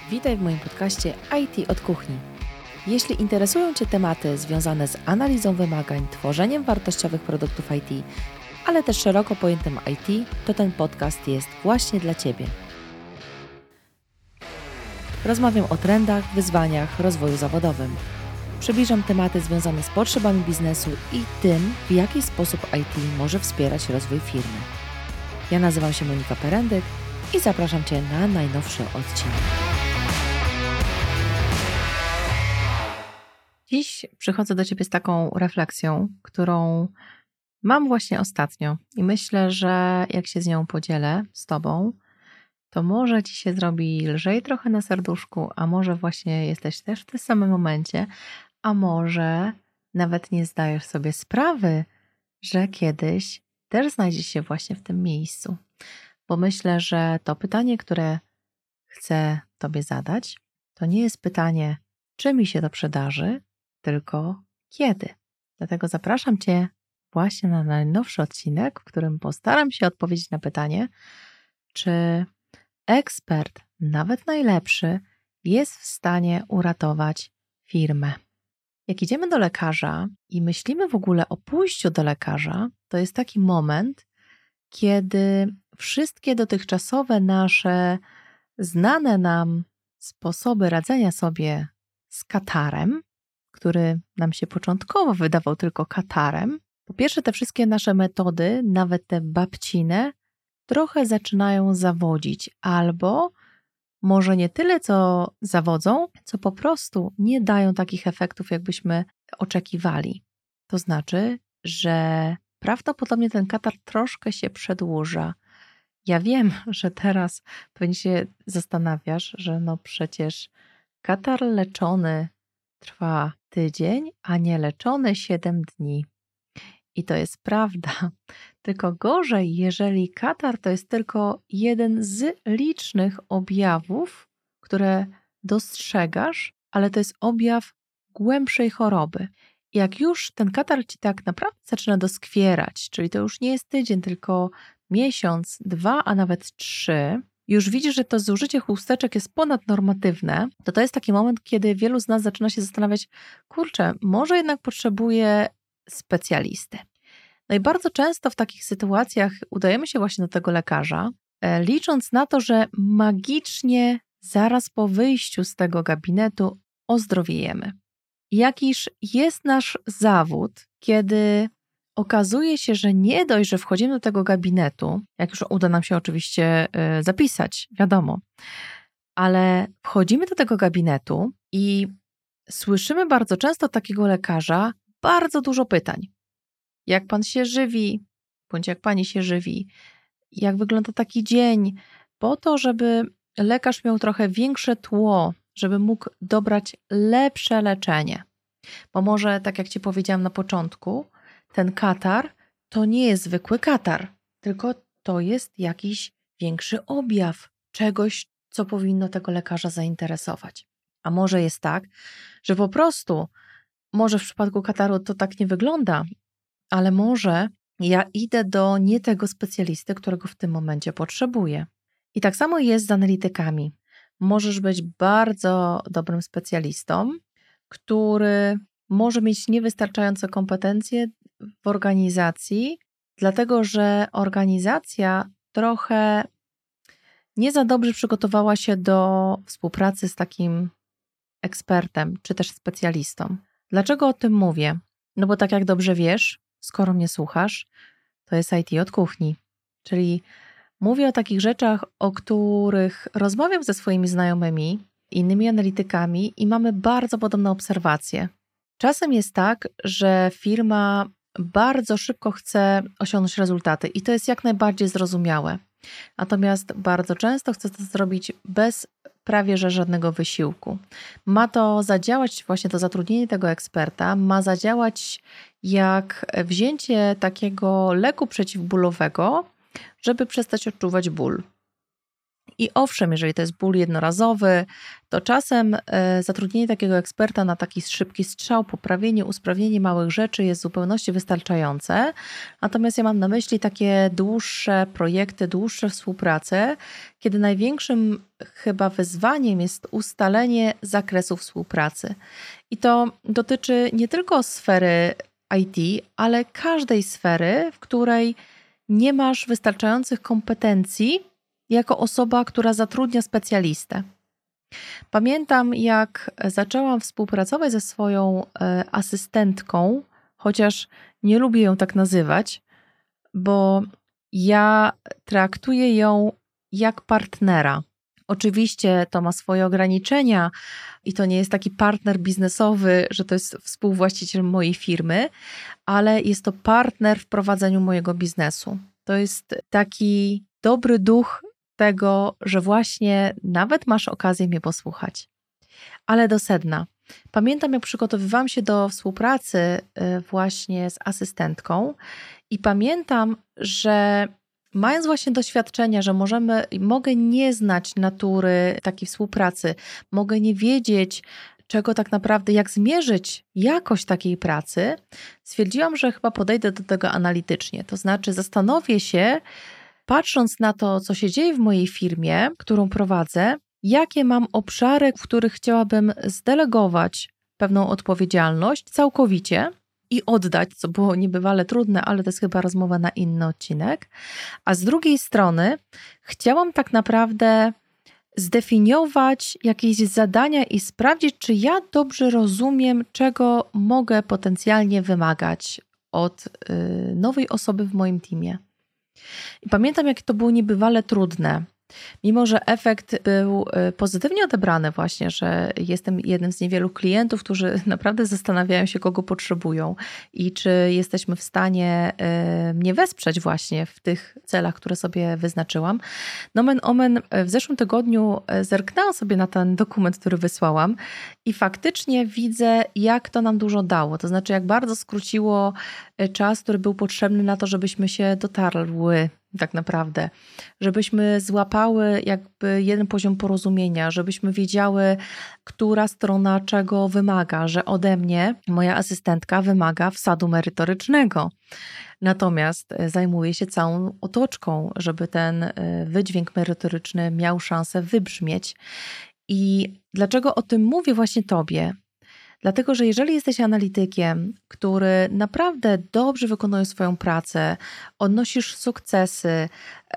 Witaj w moim podcaście IT od kuchni. Jeśli interesują Cię tematy związane z analizą wymagań, tworzeniem wartościowych produktów IT, ale też szeroko pojętym IT, to ten podcast jest właśnie dla Ciebie. Rozmawiam o trendach, wyzwaniach, rozwoju zawodowym. Przybliżam tematy związane z potrzebami biznesu i tym, w jaki sposób IT może wspierać rozwój firmy. Ja nazywam się Monika Perendyk i zapraszam Cię na najnowszy odcinek. Dziś przychodzę do Ciebie z taką refleksją, którą mam właśnie ostatnio i myślę, że jak się z nią podzielę z Tobą, to może Ci się zrobi lżej trochę na serduszku, a może właśnie jesteś też w tym samym momencie, a może nawet nie zdajesz sobie sprawy, że kiedyś też znajdziesz się właśnie w tym miejscu. Bo myślę, że to pytanie, które chcę Tobie zadać, to nie jest pytanie, czy mi się to przydarzy, tylko kiedy. Dlatego zapraszam Cię właśnie na najnowszy odcinek, w którym postaram się odpowiedzieć na pytanie, czy ekspert, nawet najlepszy, jest w stanie uratować firmę. Jak idziemy do lekarza i myślimy w ogóle o pójściu do lekarza, to jest taki moment, kiedy wszystkie dotychczasowe nasze znane nam sposoby radzenia sobie z katarem, który nam się początkowo wydawał tylko katarem, po pierwsze te wszystkie nasze metody, nawet te babcine, trochę zaczynają zawodzić albo może nie tyle co zawodzą, co po prostu nie dają takich efektów, jakbyśmy oczekiwali. To znaczy, że prawdopodobnie ten katar troszkę się przedłuża. Ja wiem, że teraz pewnie się zastanawiasz, że no przecież katar leczony trwa tydzień, a nie leczony 7 dni. I to jest prawda. Tylko gorzej, jeżeli katar to jest tylko jeden z licznych objawów, które dostrzegasz, ale to jest objaw głębszej choroby. I jak już ten katar ci tak naprawdę zaczyna doskwierać, czyli to już nie jest tydzień, tylko miesiąc, 2, a nawet 3, już widzisz, że to zużycie chusteczek jest ponadnormatywne, to jest taki moment, kiedy wielu z nas zaczyna się zastanawiać, kurczę, może jednak potrzebuję specjalisty. No i bardzo często w takich sytuacjach udajemy się właśnie do tego lekarza, licząc na to, że magicznie zaraz po wyjściu z tego gabinetu ozdrowiejemy. Jakiż jest nasz zawód, kiedy okazuje się, że nie dość, że wchodzimy do tego gabinetu, jak już uda nam się oczywiście zapisać, wiadomo, ale wchodzimy do tego gabinetu i słyszymy bardzo często od takiego lekarza bardzo dużo pytań. Jak pan się żywi, bądź jak pani się żywi, jak wygląda taki dzień, po to, żeby lekarz miał trochę większe tło, żeby mógł dobrać lepsze leczenie. Bo może, tak jak Ci powiedziałam na początku, ten katar to nie jest zwykły katar, tylko to jest jakiś większy objaw czegoś, co powinno tego lekarza zainteresować. A może jest tak, że po prostu, może w przypadku kataru to tak nie wygląda, ale może ja idę do nie tego specjalisty, którego w tym momencie potrzebuję. I tak samo jest z analitykami. Możesz być bardzo dobrym specjalistą, który może mieć niewystarczające kompetencje w organizacji, dlatego że organizacja trochę nie za dobrze przygotowała się do współpracy z takim ekspertem czy też specjalistą. Dlaczego o tym mówię? No bo tak jak dobrze wiesz, skoro mnie słuchasz, to jest IT od kuchni. Czyli mówię o takich rzeczach, o których rozmawiam ze swoimi znajomymi, innymi analitykami i mamy bardzo podobne obserwacje. Czasem jest tak, że firma bardzo szybko chce osiągnąć rezultaty i to jest jak najbardziej zrozumiałe. Natomiast bardzo często chce to zrobić bez prawie że żadnego wysiłku. Ma to zadziałać, właśnie to zatrudnienie tego eksperta, ma zadziałać jak wzięcie takiego leku przeciwbólowego, żeby przestać odczuwać ból. I owszem, jeżeli to jest ból jednorazowy, to czasem zatrudnienie takiego eksperta na taki szybki strzał, poprawienie, usprawnienie małych rzeczy jest w zupełności wystarczające. Natomiast ja mam na myśli takie dłuższe projekty, dłuższe współprace, kiedy największym chyba wyzwaniem jest ustalenie zakresu współpracy. I to dotyczy nie tylko sfery IT, ale każdej sfery, w której nie masz wystarczających kompetencji jako osoba, która zatrudnia specjalistę. Pamiętam, jak zaczęłam współpracować ze swoją asystentką, chociaż nie lubię ją tak nazywać, bo ja traktuję ją jak partnera. Oczywiście to ma swoje ograniczenia i to nie jest taki partner biznesowy, że to jest współwłaściciel mojej firmy, ale jest to partner w prowadzeniu mojego biznesu. To jest taki dobry duch tego, że właśnie nawet masz okazję mnie posłuchać. Ale do sedna. Pamiętam, jak przygotowywałam się do współpracy właśnie z asystentką i pamiętam, że mając właśnie doświadczenia, że mogę nie znać natury takiej współpracy, mogę nie wiedzieć, czego tak naprawdę, jak zmierzyć jakość takiej pracy, stwierdziłam, że chyba podejdę do tego analitycznie. To znaczy zastanowię się, patrząc na to, co się dzieje w mojej firmie, którą prowadzę, jakie mam obszary, w których chciałabym zdelegować pewną odpowiedzialność całkowicie i oddać, co było niebywale trudne, ale to jest chyba rozmowa na inny odcinek. A z drugiej strony chciałam tak naprawdę zdefiniować jakieś zadania i sprawdzić, czy ja dobrze rozumiem, czego mogę potencjalnie wymagać od nowej osoby w moim teamie. I pamiętam, jak to było niebywale trudne. Mimo że efekt był pozytywnie odebrany właśnie, że jestem jednym z niewielu klientów, którzy naprawdę zastanawiają się, kogo potrzebują i czy jesteśmy w stanie mnie wesprzeć właśnie w tych celach, które sobie wyznaczyłam. Nomen omen, w zeszłym tygodniu zerknęłam sobie na ten dokument, który wysłałam i faktycznie widzę, jak to nam dużo dało. To znaczy, jak bardzo skróciło czas, który był potrzebny na to, żebyśmy się dotarły tak naprawdę, żebyśmy złapały jakby jeden poziom porozumienia, żebyśmy wiedziały, która strona czego wymaga, że ode mnie moja asystentka wymaga wsadu merytorycznego. Natomiast zajmuje się całą otoczką, żeby ten wydźwięk merytoryczny miał szansę wybrzmieć. I dlaczego o tym mówię właśnie Tobie? Dlatego, że jeżeli jesteś analitykiem, który naprawdę dobrze wykonuje swoją pracę, odnosisz sukcesy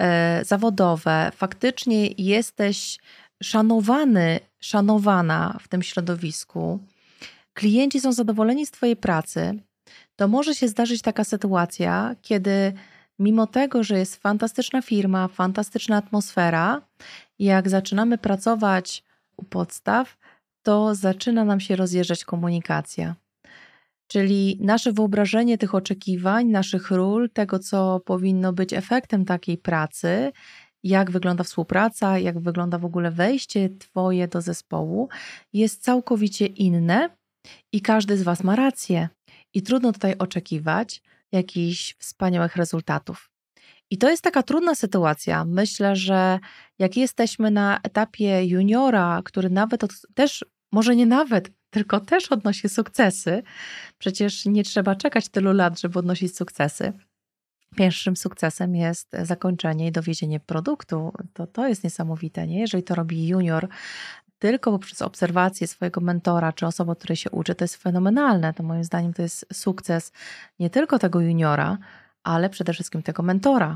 zawodowe, faktycznie jesteś szanowany, szanowana w tym środowisku, klienci są zadowoleni z Twojej pracy, to może się zdarzyć taka sytuacja, kiedy mimo tego, że jest fantastyczna firma, fantastyczna atmosfera, jak zaczynamy pracować u podstaw, to zaczyna nam się rozjeżdżać komunikacja. Czyli nasze wyobrażenie tych oczekiwań, naszych ról, tego, co powinno być efektem takiej pracy, jak wygląda współpraca, jak wygląda w ogóle wejście Twoje do zespołu, jest całkowicie inne i każdy z Was ma rację. I trudno tutaj oczekiwać jakichś wspaniałych rezultatów. I to jest taka trudna sytuacja. Myślę, że jak jesteśmy na etapie juniora, który nawet też, może nie nawet, tylko też odnosi sukcesy, przecież nie trzeba czekać tylu lat, żeby odnosić sukcesy. Pierwszym sukcesem jest zakończenie i dowiezienie produktu. To jest niesamowite, nie? Jeżeli to robi junior tylko poprzez obserwację swojego mentora czy osoby, od której się uczy, to jest fenomenalne. To moim zdaniem to jest sukces nie tylko tego juniora, ale przede wszystkim tego mentora.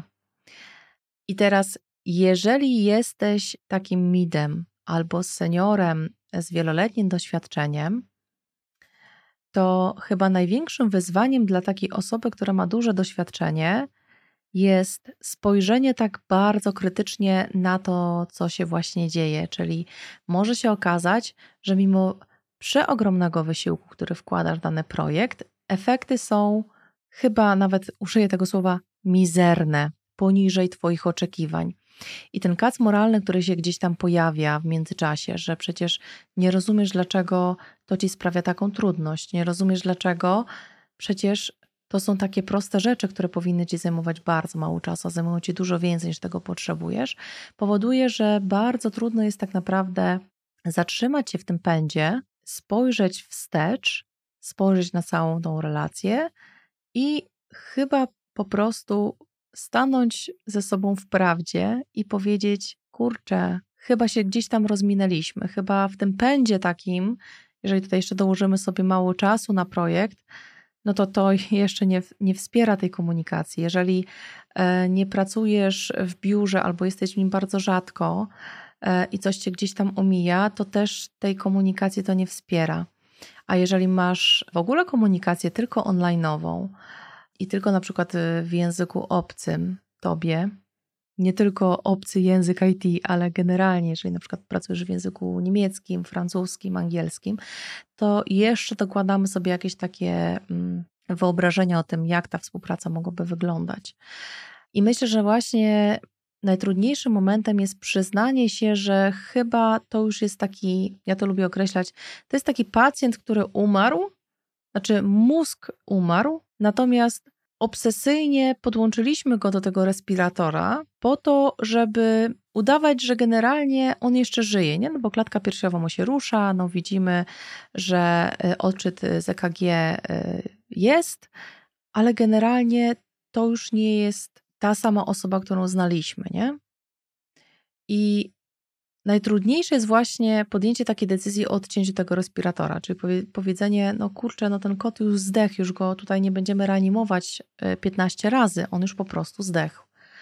I teraz, jeżeli jesteś takim midem albo seniorem z wieloletnim doświadczeniem, to chyba największym wyzwaniem dla takiej osoby, która ma duże doświadczenie, jest spojrzenie tak bardzo krytycznie na to, co się właśnie dzieje. Czyli może się okazać, że mimo przeogromnego wysiłku, który wkładasz w dany projekt, efekty są chyba nawet, użyję tego słowa, mizerne, poniżej Twoich oczekiwań. I ten kac moralny, który się gdzieś tam pojawia w międzyczasie, że przecież nie rozumiesz, dlaczego to Ci sprawia taką trudność, nie rozumiesz, dlaczego przecież to są takie proste rzeczy, które powinny Ci zajmować bardzo mało czasu, a zajmują Ci dużo więcej niż tego potrzebujesz, powoduje, że bardzo trudno jest tak naprawdę zatrzymać się w tym pędzie, spojrzeć wstecz, spojrzeć na całą tą relację i chyba po prostu stanąć ze sobą w prawdzie i powiedzieć, kurczę, chyba się gdzieś tam rozminęliśmy, chyba w tym pędzie takim, jeżeli tutaj jeszcze dołożymy sobie mało czasu na projekt, no to jeszcze nie wspiera tej komunikacji. Jeżeli nie pracujesz w biurze albo jesteś w nim bardzo rzadko i coś cię gdzieś tam omija, to też tej komunikacji to nie wspiera. A jeżeli masz w ogóle komunikację tylko online'ową i tylko na przykład w języku obcym tobie, nie tylko obcy język IT, ale generalnie, jeżeli na przykład pracujesz w języku niemieckim, francuskim, angielskim, to jeszcze dokładamy sobie jakieś takie wyobrażenia o tym, jak ta współpraca mogłaby wyglądać. I myślę, że właśnie najtrudniejszym momentem jest przyznanie się, że chyba to już jest taki, ja to lubię określać, to jest taki pacjent, który umarł, znaczy mózg umarł, natomiast obsesyjnie podłączyliśmy go do tego respiratora po to, żeby udawać, że generalnie on jeszcze żyje, nie? No bo klatka piersiowa mu się rusza, no widzimy, że odczyt z EKG jest, ale generalnie to już nie jest ta sama osoba, którą znaliśmy, nie? I najtrudniejsze jest właśnie podjęcie takiej decyzji o odcięciu tego respiratora, czyli powiedzenie, no kurczę, no ten kot już zdechł, już go tutaj nie będziemy reanimować 15 razy, on już po prostu zdechł.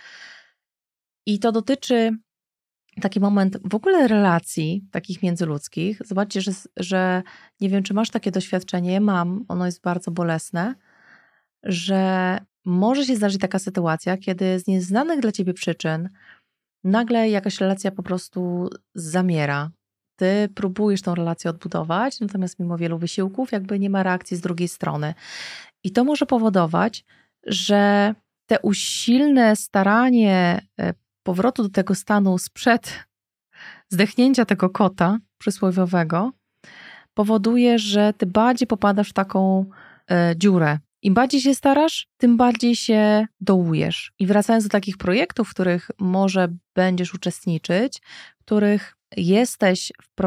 I to dotyczy taki moment w ogóle relacji takich międzyludzkich. Zobaczcie, że nie wiem, czy masz takie doświadczenie, mam, ono jest bardzo bolesne, że może się zdarzyć taka sytuacja, kiedy z nieznanych dla ciebie przyczyn nagle jakaś relacja po prostu zamiera. Ty próbujesz tą relację odbudować, natomiast mimo wielu wysiłków jakby nie ma reakcji z drugiej strony. I to może powodować, że te usilne staranie powrotu do tego stanu sprzed zdechnięcia tego kota przysłowiowego powoduje, że ty bardziej popadasz w taką dziurę. Im bardziej się starasz, tym bardziej się dołujesz. I wracając do takich projektów, w których może będziesz uczestniczyć, w których jesteś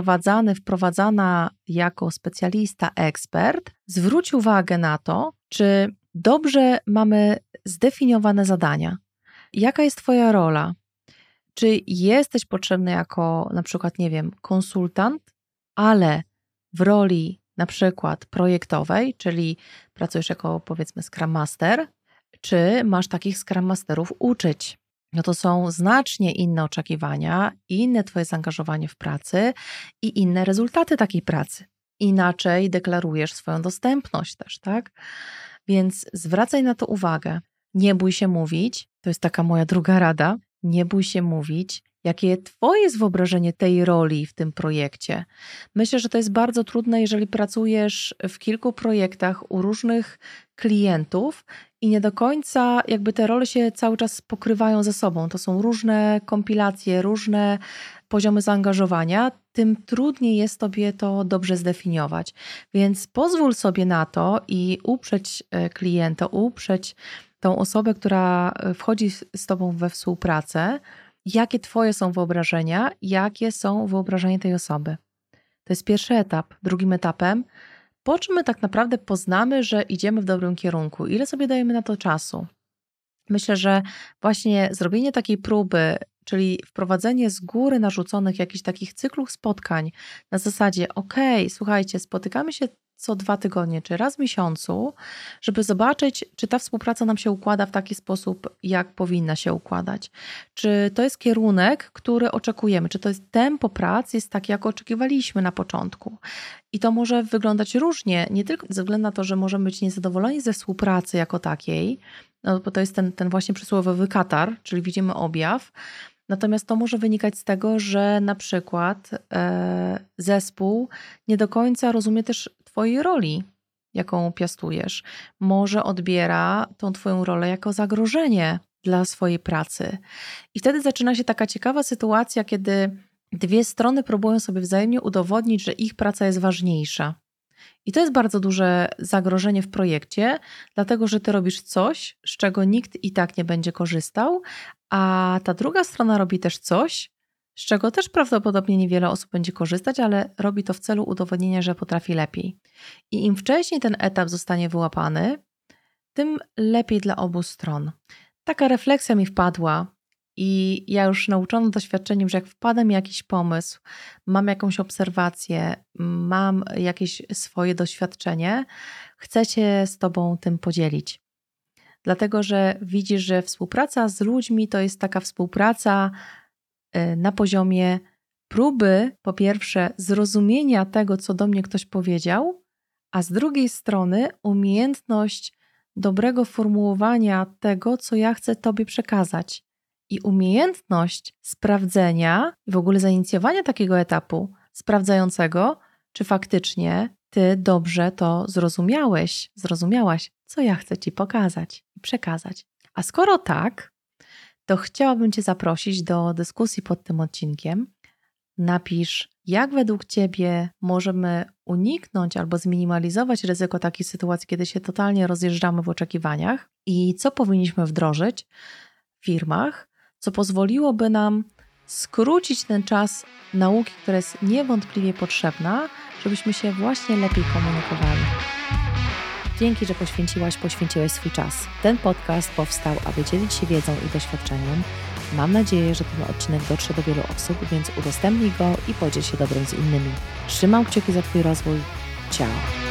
wprowadzana jako specjalista, ekspert, zwróć uwagę na to, czy dobrze mamy zdefiniowane zadania. Jaka jest twoja rola? Czy jesteś potrzebny jako na przykład, nie wiem, konsultant, ale w roli na przykład projektowej, czyli pracujesz jako powiedzmy Scrum Master, czy masz takich Scrum Masterów uczyć? No to są znacznie inne oczekiwania, inne twoje zaangażowanie w pracy i inne rezultaty takiej pracy. Inaczej deklarujesz swoją dostępność też, tak? Więc zwracaj na to uwagę. Nie bój się mówić, to jest taka moja druga rada, nie bój się mówić, jakie twoje jest wyobrażenie tej roli w tym projekcie. Myślę, że to jest bardzo trudne, jeżeli pracujesz w kilku projektach u różnych klientów i nie do końca jakby te role się cały czas pokrywają ze sobą. To są różne kompilacje, różne poziomy zaangażowania, tym trudniej jest tobie to dobrze zdefiniować. Więc pozwól sobie na to i uprzeć klienta, uprzeć tą osobę, która wchodzi z tobą we współpracę, jakie twoje są wyobrażenia, jakie są wyobrażenia tej osoby. To jest pierwszy etap. Drugim etapem, po czym my tak naprawdę poznamy, że idziemy w dobrym kierunku. Ile sobie dajemy na to czasu? Myślę, że właśnie zrobienie takiej próby, czyli wprowadzenie z góry narzuconych jakichś takich cyklów spotkań na zasadzie, słuchajcie, spotykamy się co 2 tygodnie, czy raz w miesiącu, żeby zobaczyć, czy ta współpraca nam się układa w taki sposób, jak powinna się układać. Czy to jest kierunek, który oczekujemy, czy to jest tempo pracy jest takie, jak oczekiwaliśmy na początku. I to może wyglądać różnie, nie tylko ze względu na to, że możemy być niezadowoleni ze współpracy jako takiej, no bo to jest ten właśnie przysłowiowy katar, czyli widzimy objaw. Natomiast to może wynikać z tego, że na przykład zespół nie do końca rozumie też twojej roli, jaką piastujesz. Może odbiera tą twoją rolę jako zagrożenie dla swojej pracy. I wtedy zaczyna się taka ciekawa sytuacja, kiedy dwie strony próbują sobie wzajemnie udowodnić, że ich praca jest ważniejsza. I to jest bardzo duże zagrożenie w projekcie, dlatego że ty robisz coś, z czego nikt i tak nie będzie korzystał, a ta druga strona robi też coś, z czego też prawdopodobnie niewiele osób będzie korzystać, ale robi to w celu udowodnienia, że potrafi lepiej. I im wcześniej ten etap zostanie wyłapany, tym lepiej dla obu stron. Taka refleksja mi wpadła i ja już nauczona doświadczeniem, że jak wpada mi jakiś pomysł, mam jakąś obserwację, mam jakieś swoje doświadczenie, chcę się z tobą tym podzielić. Dlatego, że widzisz, że współpraca z ludźmi to jest taka współpraca na poziomie próby, po pierwsze, zrozumienia tego, co do mnie ktoś powiedział, a z drugiej strony umiejętność dobrego formułowania tego, co ja chcę tobie przekazać. I umiejętność sprawdzenia i w ogóle zainicjowania takiego etapu sprawdzającego, czy faktycznie ty dobrze to zrozumiałaś, co ja chcę ci pokazać i przekazać. A skoro tak, to chciałabym cię zaprosić do dyskusji pod tym odcinkiem. Napisz, jak według ciebie możemy uniknąć albo zminimalizować ryzyko takiej sytuacji, kiedy się totalnie rozjeżdżamy w oczekiwaniach i co powinniśmy wdrożyć w firmach, co pozwoliłoby nam skrócić ten czas nauki, która jest niewątpliwie potrzebna, żebyśmy się właśnie lepiej komunikowali. Dzięki, że poświęciłeś swój czas. Ten podcast powstał, aby dzielić się wiedzą i doświadczeniem. Mam nadzieję, że ten odcinek dotrze do wielu osób, więc udostępnij go i podziel się dobrem z innymi. Trzymam kciuki za twój rozwój. Ciao!